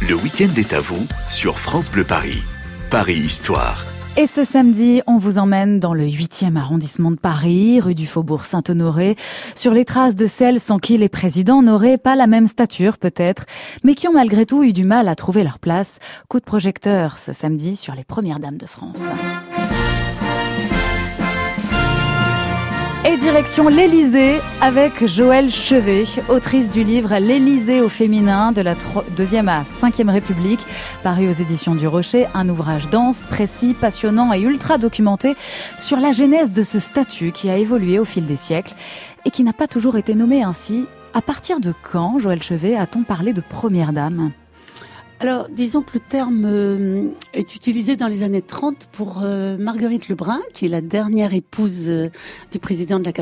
Le week-end est à vous sur France Bleu Paris. Paris Histoire. Et ce samedi, on vous emmène dans le 8e arrondissement de Paris, rue du Faubourg Saint-Honoré, sur les traces de celles sans qui les présidents n'auraient pas la même stature peut-être, mais qui ont malgré tout eu du mal à trouver leur place. Coup de projecteur ce samedi sur les premières dames de France. Et direction l'Élysée avec Joëlle Chevet, autrice du livre L'Élysée au féminin de la 2e à 5e République, paru aux éditions du Rocher, un ouvrage dense, précis, passionnant et ultra documenté sur la genèse de ce statut qui a évolué au fil des siècles et qui n'a pas toujours été nommé ainsi. À partir de quand, Joëlle Chevet, a-t-on parlé de première dame ? Alors, disons que le terme est utilisé dans les années 30 pour Marguerite Lebrun, qui est la dernière épouse du président de la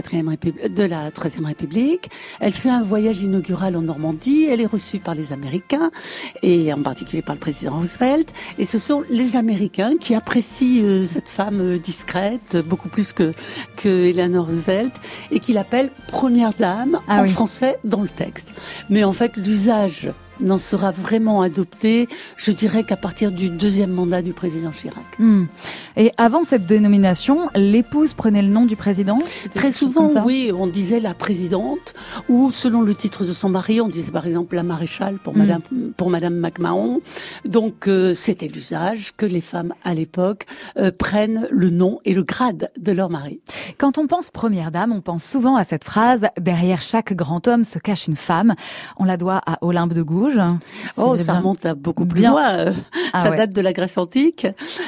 3e République. Elle fait un voyage inaugural en Normandie. Elle est reçue par les Américains, et en particulier par le président Roosevelt. Et ce sont les Américains qui apprécient cette femme discrète, beaucoup plus que Eleanor Roosevelt, et qui l'appellent première dame français dans le texte. Mais en fait, l'usage n'en sera vraiment adopté, je dirais qu'à partir du 2e mandat du président Chirac. Et avant cette dénomination, l'épouse prenait le nom du président ? Très souvent, oui, on disait la présidente, ou selon le titre de son mari, on disait par exemple la maréchale pour Madame MacMahon. Donc c'était l'usage que les femmes à l'époque prennent le nom et le grade de leur mari. Quand on pense première dame, on pense souvent à cette phrase « Derrière chaque grand homme se cache une femme ». On la doit à Olympe de Gouges. Ça remonte à beaucoup plus loin. Ça date de la Grèce antique.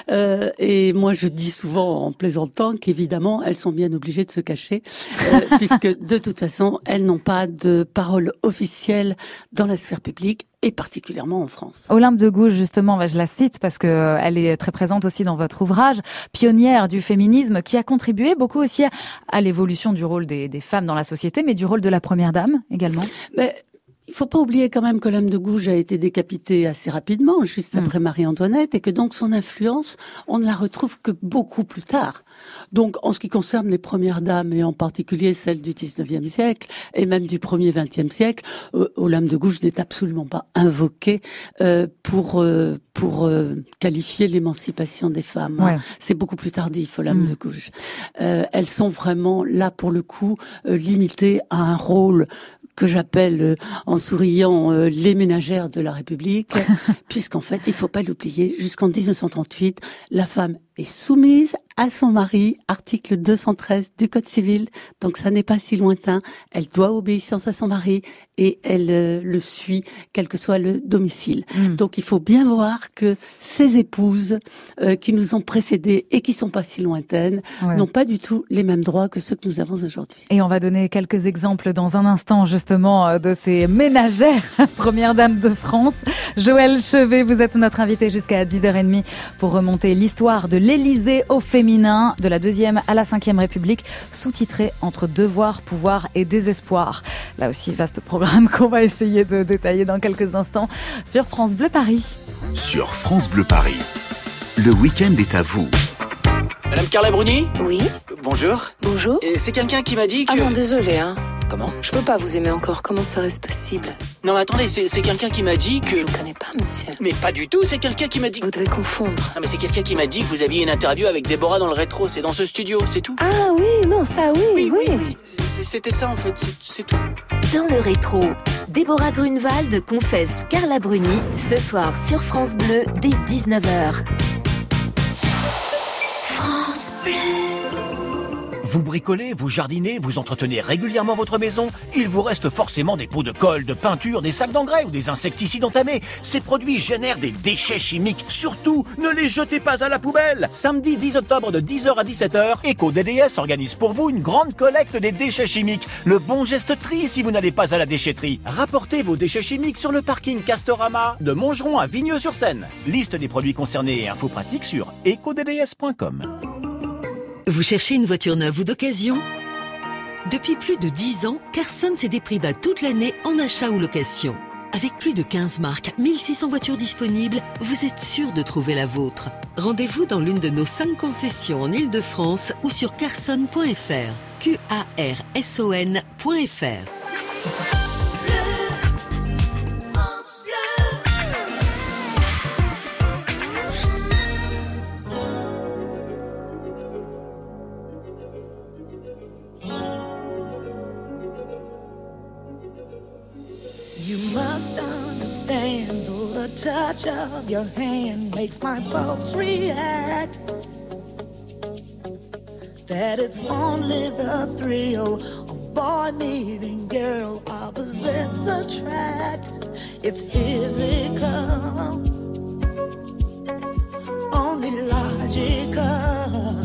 Et moi, je dis souvent en plaisantant qu'évidemment, elles sont bien obligées de se cacher, puisque de toute façon, elles n'ont pas de parole officielle dans la sphère publique, et particulièrement en France. Olympe de Gouges, justement, je la cite parce que elle est très présente aussi dans votre ouvrage, pionnière du féminisme, qui a contribué beaucoup aussi à l'évolution du rôle des femmes dans la société, mais du rôle de la première dame également. Il faut pas oublier quand même que Olympe de Gouges a été décapitée assez rapidement, juste après Marie-Antoinette, et que donc son influence, on ne la retrouve que beaucoup plus tard. Donc, en ce qui concerne les premières dames, et en particulier celles du 19e siècle, et même du 1er 20e siècle, Olympe de Gouges n'est absolument pas invoquée pour qualifier l'émancipation des femmes. Ouais. C'est beaucoup plus tardif, Olympe de Gouges. Elles sont vraiment, là, pour le coup, limitées à un rôle que j'appelle en souriant les ménagères de la République, puisqu'en fait, il faut pas l'oublier, jusqu'en 1938, la femme est soumise à son mari, article 213 du Code civil, donc ça n'est pas si lointain, elle doit obéissance à son mari et elle le suit, quel que soit le domicile. Donc il faut bien voir que ces épouses qui nous ont précédées et qui sont pas si lointaines n'ont pas du tout les mêmes droits que ceux que nous avons aujourd'hui. Et on va donner quelques exemples dans un instant justement de ces ménagères premières dames de France. Joëlle Chevet, vous êtes notre invitée jusqu'à 10h30 pour remonter l'histoire de l'Élysée au féminin, de la 2e à la 5e République, sous-titré Entre devoir, pouvoir et désespoir. Là aussi, vaste programme qu'on va essayer de détailler dans quelques instants sur France Bleu Paris. Sur France Bleu Paris, le week-end est à vous. Madame Carla Bruni ? Oui. Bonjour. Bonjour. Et c'est quelqu'un qui m'a dit que... Ah non, désolé, hein. Comment ? Je peux pas vous aimer encore, comment serait-ce possible ? Non mais attendez, c'est quelqu'un qui m'a dit que... Je ne connais pas, monsieur. Mais pas du tout, c'est quelqu'un qui m'a dit... Vous devez confondre. Non mais c'est quelqu'un qui m'a dit que vous aviez une interview avec Déborah dans le rétro, c'est dans ce studio, c'est tout. Ah oui, non, ça oui. C'était ça en fait, c'est tout. Dans le rétro, Déborah Grunewald confesse Carla Bruni ce soir sur France Bleu dès 19h. France Bleu. Vous bricolez, vous jardinez, vous entretenez régulièrement votre maison. Il vous reste forcément des pots de colle, de peinture, des sacs d'engrais ou des insecticides entamés. Ces produits génèrent des déchets chimiques. Surtout, ne les jetez pas à la poubelle. Samedi 10 octobre de 10h à 17h, EcoDDS organise pour vous une grande collecte des déchets chimiques. Le bon geste tri si vous n'allez pas à la déchetterie. Rapportez vos déchets chimiques sur le parking Castorama de Montgeron à Vigneux-sur-Seine. Liste des produits concernés et infos pratiques sur ecodds.com. Vous cherchez une voiture neuve ou d'occasion ? Depuis plus de 10 ans, Carson c'est des prix bas toute l'année en achat ou location. Avec plus de 15 marques, 1600 voitures disponibles, vous êtes sûr de trouver la vôtre. Rendez-vous dans l'une de nos 5 concessions en Ile-de-France ou sur carson.fr. QARSON.fr. the touch of your hand makes my pulse react. That it's only the thrill of boy meeting girl, opposites attract. It's physical, only logical.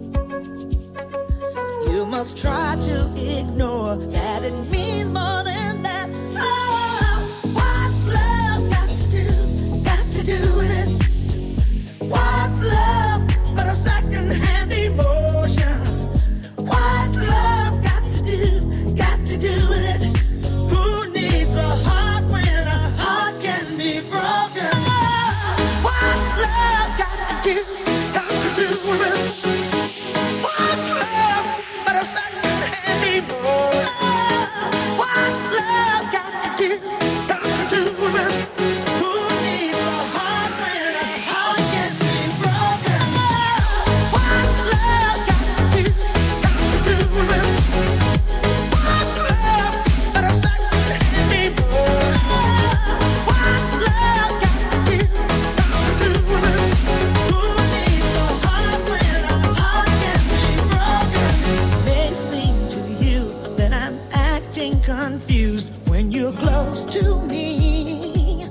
You must try to ignore that it means more than that. Oh, what's love got to do with it? What's love but a second-hand emotion? What's love got to do with it? Who needs a heart when a heart can be broken? Oh, what's love got to do with it? What's love but a second-hand emotion? What's love got to do with it? Who needs a heart when a heart can be broken? What's love got to do with it? What's love but a second-hand emotion? What's love got to do with it? Who needs a heart when a heart can be broken? May seem to you that I'm acting confused when you're close to me.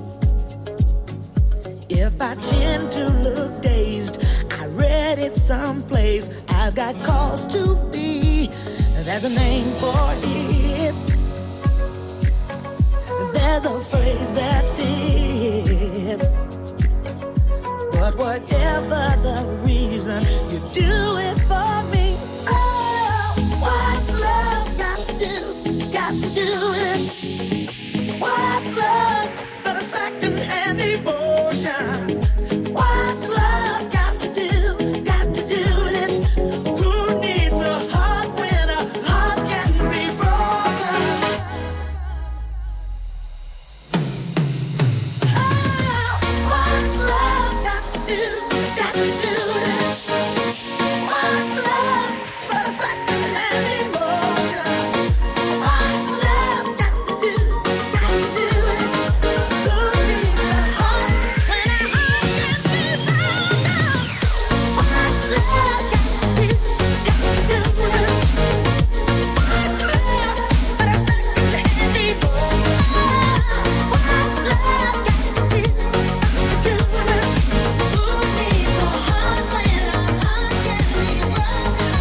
If I tend to look dazed, I read it someplace. I've got cause to be. There's a name for it. There's a phrase that fits. But whatever the reason, you do it for me. Oh, what's love got to do with it? What's love but a second-hand emotion? What's love got to do with it? Who needs a heart when a heart can be broken? Oh, what's love got to do with it? What's love but a second-hand emotion? What's love got to do with it? Who needs a heart when a heart can be broken? What's love got to do with it? What's love but a second-hand emotion? What's love got to do with it? Who needs a heart when a heart can be broken?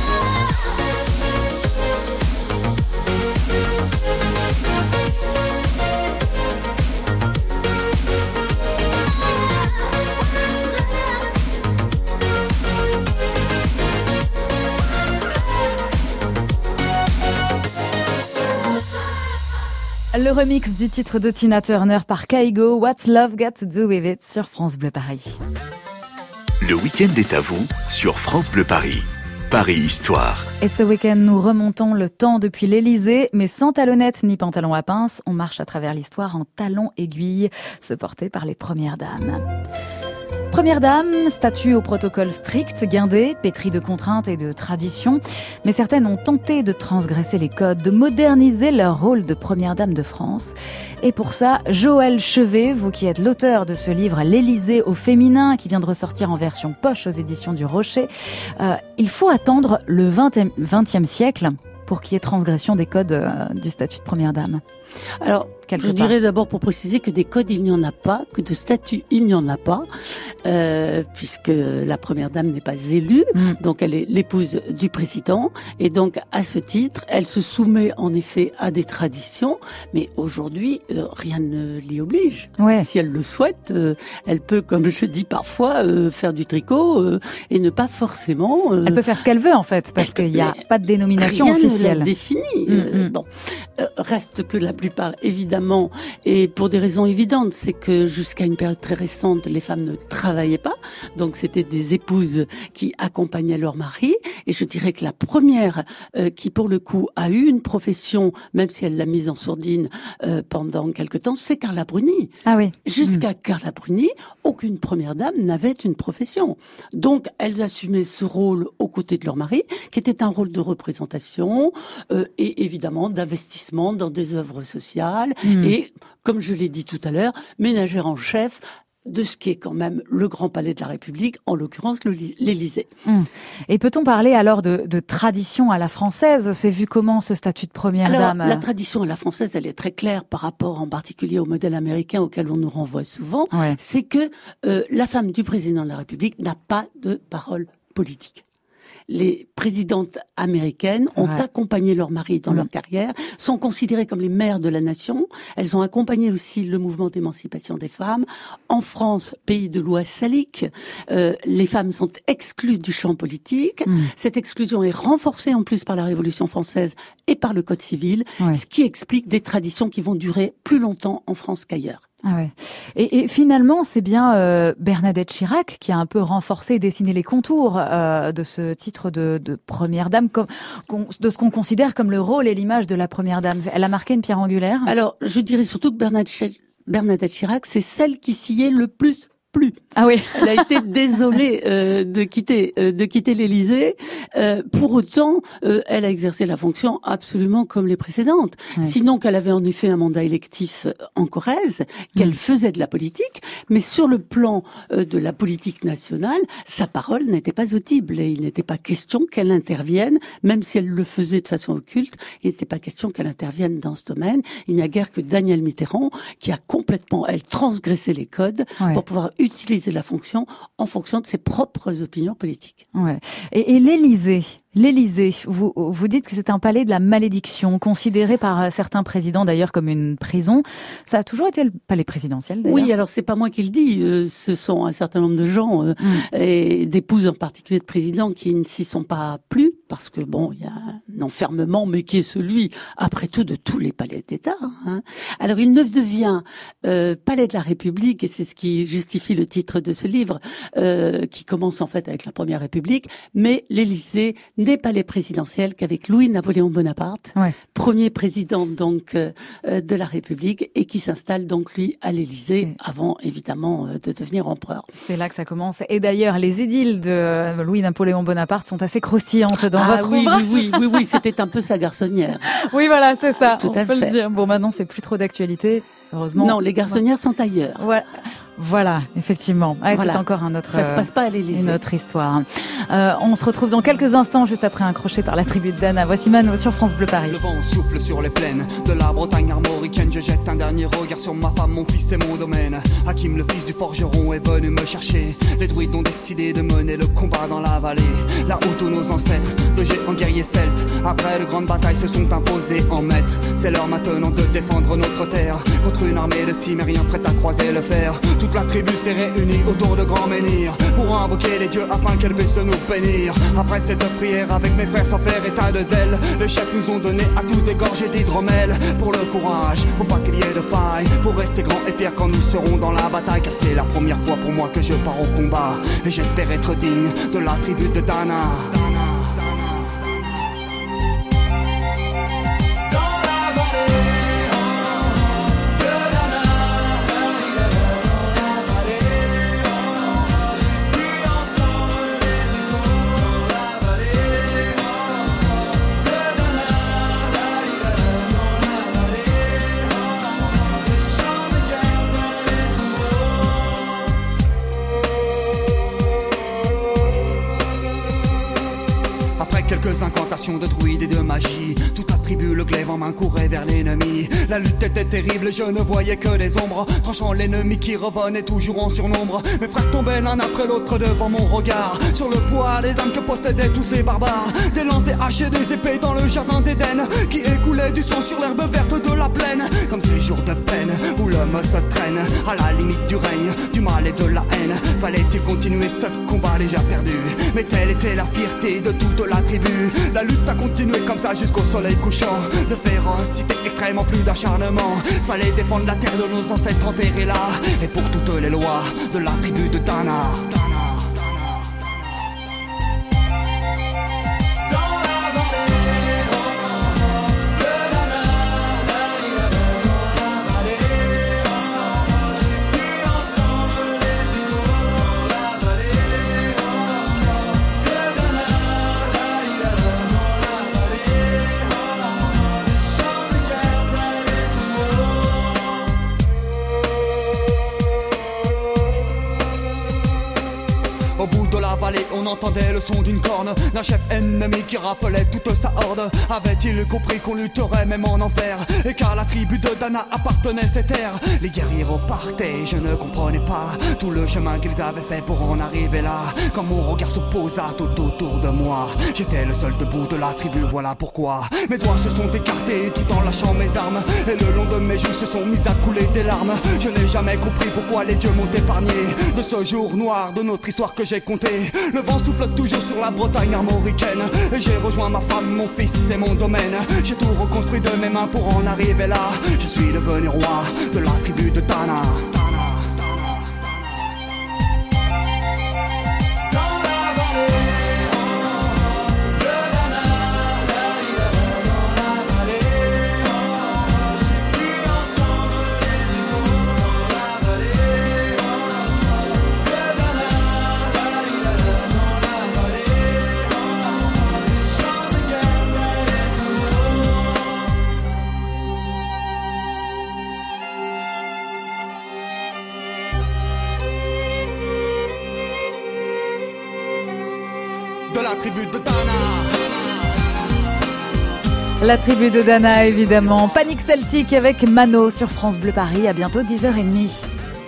Le remix du titre de Tina Turner par Kygo, What's Love Got to Do With It sur France Bleu Paris. Le week-end est à vous sur France Bleu Paris. Paris Histoire. Et ce week-end, nous remontons le temps depuis l'Élysée, mais sans talonnettes ni pantalon à pince. On marche à travers l'histoire en talons aiguilles, se porter par les premières dames. Première dame, statue au protocole strict, guindée, pétrie de contraintes et de traditions. Mais certaines ont tenté de transgresser les codes, de moderniser leur rôle de première dame de France. Et pour ça, Joël Chevet, vous qui êtes l'auteur de ce livre L'Élysée au féminin, qui vient de ressortir en version poche aux éditions du Rocher, il faut attendre le 20e siècle pour qu'il y ait transgression des codes du statut de première dame. Alors, je dirais d'abord pour préciser que des codes il n'y en a pas, que de statuts il n'y en a pas, puisque la première dame n'est pas élue, donc elle est l'épouse du président, et donc à ce titre, elle se soumet en effet à des traditions, mais aujourd'hui rien ne l'y oblige. Ouais. Si elle le souhaite, elle peut, comme je dis parfois, faire du tricot et ne pas forcément. Elle peut faire ce qu'elle veut en fait, parce qu'il n'y a pas de dénomination rien officielle. Ne la définit. Bon, reste que la plupart, évidemment, et pour des raisons évidentes, c'est que jusqu'à une période très récente, les femmes ne travaillaient pas, donc c'était des épouses qui accompagnaient leur mari, et je dirais que la première qui, pour le coup, a eu une profession, même si elle l'a mise en sourdine pendant quelque temps, c'est Carla Bruni. Ah oui. Jusqu'à Carla Bruni, aucune première dame n'avait une profession. Donc, elles assumaient ce rôle aux côtés de leur mari, qui était un rôle de représentation et évidemment d'investissement dans des œuvres sociale et, comme je l'ai dit tout à l'heure, ménagère en chef de ce qui est quand même le grand palais de la République, en l'occurrence l'Élysée. Et peut-on parler alors de tradition à la française ? C'est vu comment ce statut de première dame ? La tradition à la française, elle est très claire par rapport en particulier au modèle américain auquel on nous renvoie souvent. Ouais. C'est que la femme du président de la République n'a pas de parole politique. Les présidentes américaines ont accompagné leur mari dans leur carrière, sont considérées comme les mères de la nation. Elles ont accompagné aussi le mouvement d'émancipation des femmes. En France, pays de loi salique, les femmes sont exclues du champ politique. Cette exclusion est renforcée en plus par la Révolution française et par le Code civil, ce qui explique des traditions qui vont durer plus longtemps en France qu'ailleurs. Ah ouais. Et finalement, c'est bien Bernadette Chirac qui a un peu renforcé et dessiné les contours de ce titre de première dame, de ce qu'on considère comme le rôle et l'image de la première dame. Elle a marqué une pierre angulaire. Alors, je dirais surtout que Bernadette Chirac, c'est celle qui s'y est le plus plu. Ah oui. Elle a été désolée de quitter l'Élysée. Pour autant, elle a exercé la fonction absolument comme les précédentes. Ouais. Sinon qu'elle avait en effet un mandat électif en Corrèze, qu'elle faisait de la politique, mais sur le plan de la politique nationale, sa parole n'était pas audible et il n'était pas question qu'elle intervienne, même si elle le faisait de façon occulte, il n'était pas question qu'elle intervienne dans ce domaine. Il n'y a guère que Danielle Mitterrand qui a complètement, elle, transgressé les codes pour pouvoir utiliser la fonction en fonction de ses propres opinions politiques. Ouais. Et l'Élysée, vous dites que c'est un palais de la malédiction, considéré par certains présidents d'ailleurs comme une prison. Ça a toujours été le palais présidentiel d'ailleurs. Oui, alors c'est pas moi qui le dis, ce sont un certain nombre de gens, et d'épouses en particulier de présidents qui ne s'y sont pas plus, parce que bon, il y a un enfermement, mais qui est celui, après tout, de tous les palais d'État. Alors il ne devient palais de la République, et c'est ce qui justifie le titre de ce livre, qui commence en fait avec la Première République, mais l'Élysée n'est palais présidentiel qu'avec Louis-Napoléon Bonaparte, premier président donc de la République, et qui s'installe donc lui à l'Élysée avant évidemment de devenir empereur. C'est là que ça commence. Et d'ailleurs, les édiles de Louis-Napoléon Bonaparte sont assez croustillantes dans votre ouvrage. Oui, c'était un peu sa garçonnière. Oui, voilà, c'est ça. Tout à fait. Le dire. Bon, maintenant, c'est plus trop d'actualité, heureusement. Non, les garçonnières sont ailleurs. Ouais. Voilà, effectivement. Ouais, voilà. C'est encore un autre. Ça se passe pas à l'Élysée. Une autre histoire. On se retrouve dans quelques instants, juste après un crochet par la tribu de Dana. Voici Mano sur France Bleu Paris. Le vent souffle sur les plaines de la Bretagne armoricaine. Je jette un dernier regard sur ma femme, mon fils et mon domaine. Hakim, le fils du forgeron, est venu me chercher. Les druides ont décidé de mener le combat dans la vallée, là où tous nos ancêtres, de géants guerriers celtes, après de grandes batailles, se sont imposés en maîtres. C'est l'heure maintenant de défendre notre terre contre une armée de cimériens prête à croiser le fer. Toute la tribu s'est réunie autour de grands menhirs pour invoquer les dieux afin qu'elle puisse nous bénir. Après cette prière avec mes frères sans faire état de zèle, les chefs nous ont donné à tous des gorgées d'hydromel. Pour le courage, pour pas qu'il y ait de faille, pour rester grand et fier quand nous serons dans la bataille. Car c'est la première fois pour moi que je pars au combat, et j'espère être digne de la tribu de Dana. Quelques incantations de druides et de magie, toute la tribu, le glaive en main, courait vers l'ennemi. La lutte était terrible, je ne voyais que des ombres, tranchant l'ennemi qui revenait toujours en surnombre. Mes frères tombaient l'un après l'autre devant mon regard, sur le poids des âmes que possédaient tous ces barbares. Des lances, des haches et des épées dans le jardin d'Éden, qui écoulaient du sang sur l'herbe verte de la plaine. Comme ces jours de peine où l'homme se traîne à la limite du règne, du mal et de la haine. Fallait-il continuer ce combat déjà perdu? Mais telle était la fierté de toute la tribu. La lutte a continué comme ça jusqu'au soleil couchant. De férocité extrême en plus d'acharnement. Fallait défendre la terre de nos ancêtres enterrés là, et pour toutes les lois de la tribu de Dana. la vallée, on entendait le son d'une corne d'un chef ennemi qui rappelait toute sa horde. Avait-il compris qu'on lutterait même en enfer, et car la tribu de Dana appartenait à ces terres? Les guerriers repartaient, je ne comprenais pas tout le chemin qu'ils avaient fait pour en arriver là. Quand mon regard se posa tout autour de moi, j'étais le seul debout de la tribu, voilà pourquoi mes doigts se sont écartés tout en lâchant mes armes, et le long de mes joues se sont mis à couler des larmes. Je n'ai jamais compris pourquoi les dieux m'ont épargné de ce jour noir de notre histoire que j'ai compté. Le vent souffle toujours sur la Bretagne armoricaine, et j'ai rejoint ma femme, mon fils et mon domaine. J'ai tout reconstruit de mes mains pour en arriver là. Je suis devenu roi de la tribu de Dana. De la tribu de Dana. La tribu de Dana, évidemment. Panique celtique avec Mano sur France Bleu Paris. À bientôt 10h30.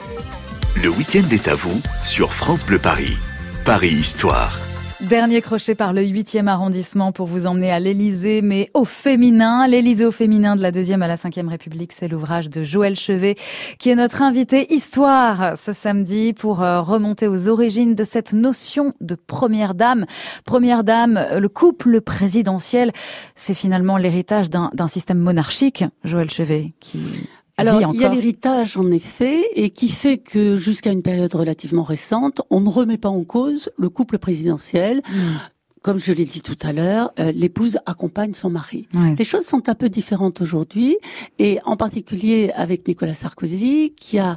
Le week-end est à vous sur France Bleu Paris. Paris Histoire. Dernier crochet par le 8e arrondissement pour vous emmener à l'Élysée, mais au féminin. L'Élysée au féminin de la 2e à la 5e République, c'est l'ouvrage de Joël Chevet qui est notre invité histoire ce samedi pour remonter aux origines de cette notion de première dame. Première dame, le couple présidentiel, c'est finalement l'héritage d'un système monarchique, Joël Chevet, qui... Alors, il y a l'héritage, en effet, et qui fait que jusqu'à une période relativement récente, on ne remet pas en cause le couple présidentiel. Comme je l'ai dit tout à l'heure, l'épouse accompagne son mari. Ouais. Les choses sont un peu différentes aujourd'hui, et en particulier avec Nicolas Sarkozy, qui a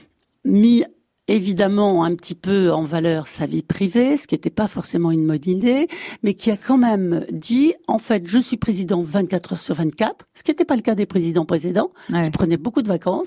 mis évidemment un petit peu en valeur sa vie privée, ce qui n'était pas forcément une bonne idée, mais qui a quand même dit, en fait, je suis président 24 heures sur 24, ce qui n'était pas le cas des présidents précédents, qui prenaient beaucoup de vacances.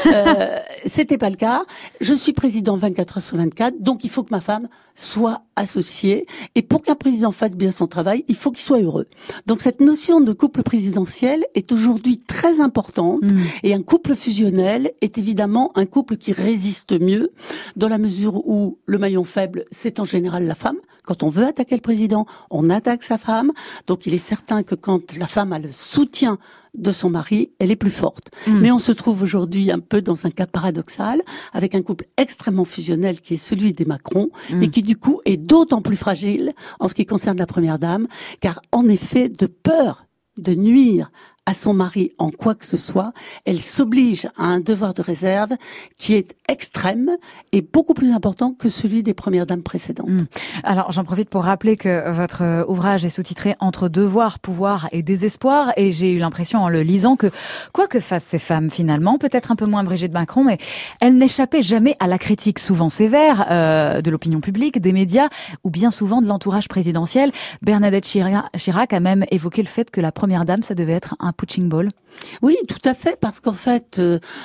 C'était pas le cas. Je suis président 24 heures sur 24, donc il faut que ma femme soit associée. Et pour qu'un président fasse bien son travail, il faut qu'il soit heureux. Donc cette notion de couple présidentiel est aujourd'hui très importante. Et un couple fusionnel est évidemment un couple qui résiste mieux, dans la mesure où le maillon faible, c'est en général la femme. Quand on veut attaquer le président, on attaque sa femme. Donc il est certain que quand la femme a le soutien de son mari, elle est plus forte. Mais on se trouve aujourd'hui un peu dans un cas paradoxal, avec un couple extrêmement fusionnel qui est celui des Macron, mais qui du coup est d'autant plus fragile en ce qui concerne la première dame, car en effet, de peur de nuire à son mari en quoi que ce soit, elle s'oblige à un devoir de réserve qui est extrême et beaucoup plus important que celui des premières dames précédentes. Alors, j'en profite pour rappeler que votre ouvrage est sous-titré « Entre devoir, pouvoir et désespoir » et j'ai eu l'impression en le lisant que, quoi que fassent ces femmes finalement, peut-être un peu moins Brigitte Macron, mais elles n'échappaient jamais à la critique souvent sévère de l'opinion publique, des médias ou bien souvent de l'entourage présidentiel. Bernadette Chirac a même évoqué le fait que la première dame, ça devait être un punching ball. Oui, tout à fait, parce qu'en fait,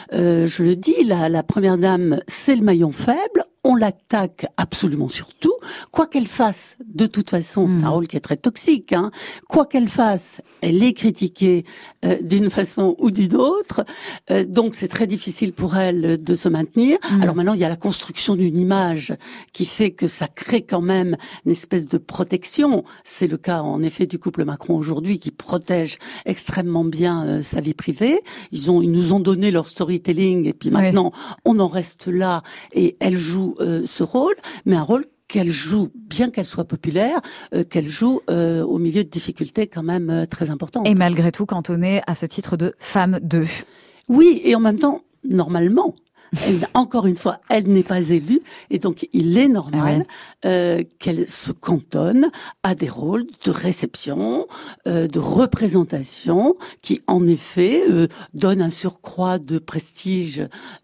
je le dis, la première dame, c'est le maillon faible. On l'attaque absolument sur tout. Quoi qu'elle fasse, de toute façon, c'est un rôle qui est très toxique. Quoi qu'elle fasse, elle est critiquée d'une façon ou d'une autre. Donc c'est très difficile pour elle de se maintenir. Alors maintenant, il y a la construction d'une image qui fait que ça crée quand même une espèce de protection. C'est le cas en effet du couple Macron aujourd'hui qui protège extrêmement bien sa vie privée. Ils nous ont donné leur storytelling et puis maintenant on en reste là et elle joue ce rôle, mais un rôle qu'elle joue, bien qu'elle soit populaire, qu'elle joue au milieu de difficultés quand même très importantes. Et malgré tout cantonnée à ce titre de femme 2. Oui, et en même temps, normalement, encore une fois, elle n'est pas élue, et donc il est normal qu'elle se cantonne à des rôles de réception, de représentation, qui en effet donnent un surcroît de prestige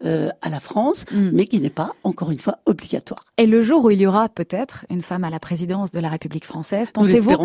à la France, mais qui n'est pas, encore une fois, obligatoire. Et le jour où il y aura peut-être une femme à la présidence de la République française, pensez-vous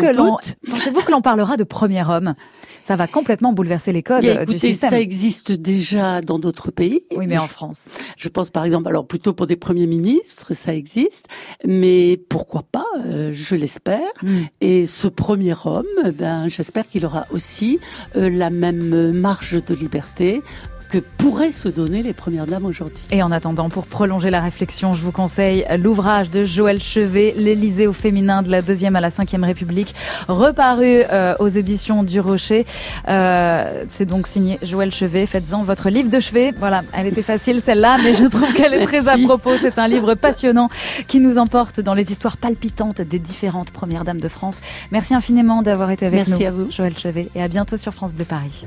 que l'on parlera de premier homme? Ça va complètement bouleverser les codes du système. Ça existe déjà dans d'autres pays. Oui, mais en France. Je pense par exemple, alors plutôt pour des premiers ministres, ça existe, mais pourquoi pas, je l'espère. Et ce premier homme, j'espère qu'il aura aussi la même marge de liberté que pourraient se donner les premières dames aujourd'hui. Et en attendant, pour prolonger la réflexion, je vous conseille l'ouvrage de Joël Chevet, L'Élysée au féminin de la 2e à la 5e République, reparu aux éditions du Rocher. C'est donc signé Joël Chevet. Faites-en votre livre de chevet. Voilà, elle était facile celle-là, mais je trouve qu'elle est très à propos. C'est un livre passionnant qui nous emporte dans les histoires palpitantes des différentes premières dames de France. Merci infiniment d'avoir été avec nous. Merci à vous. Joël Chevet, et à bientôt sur France Bleu Paris.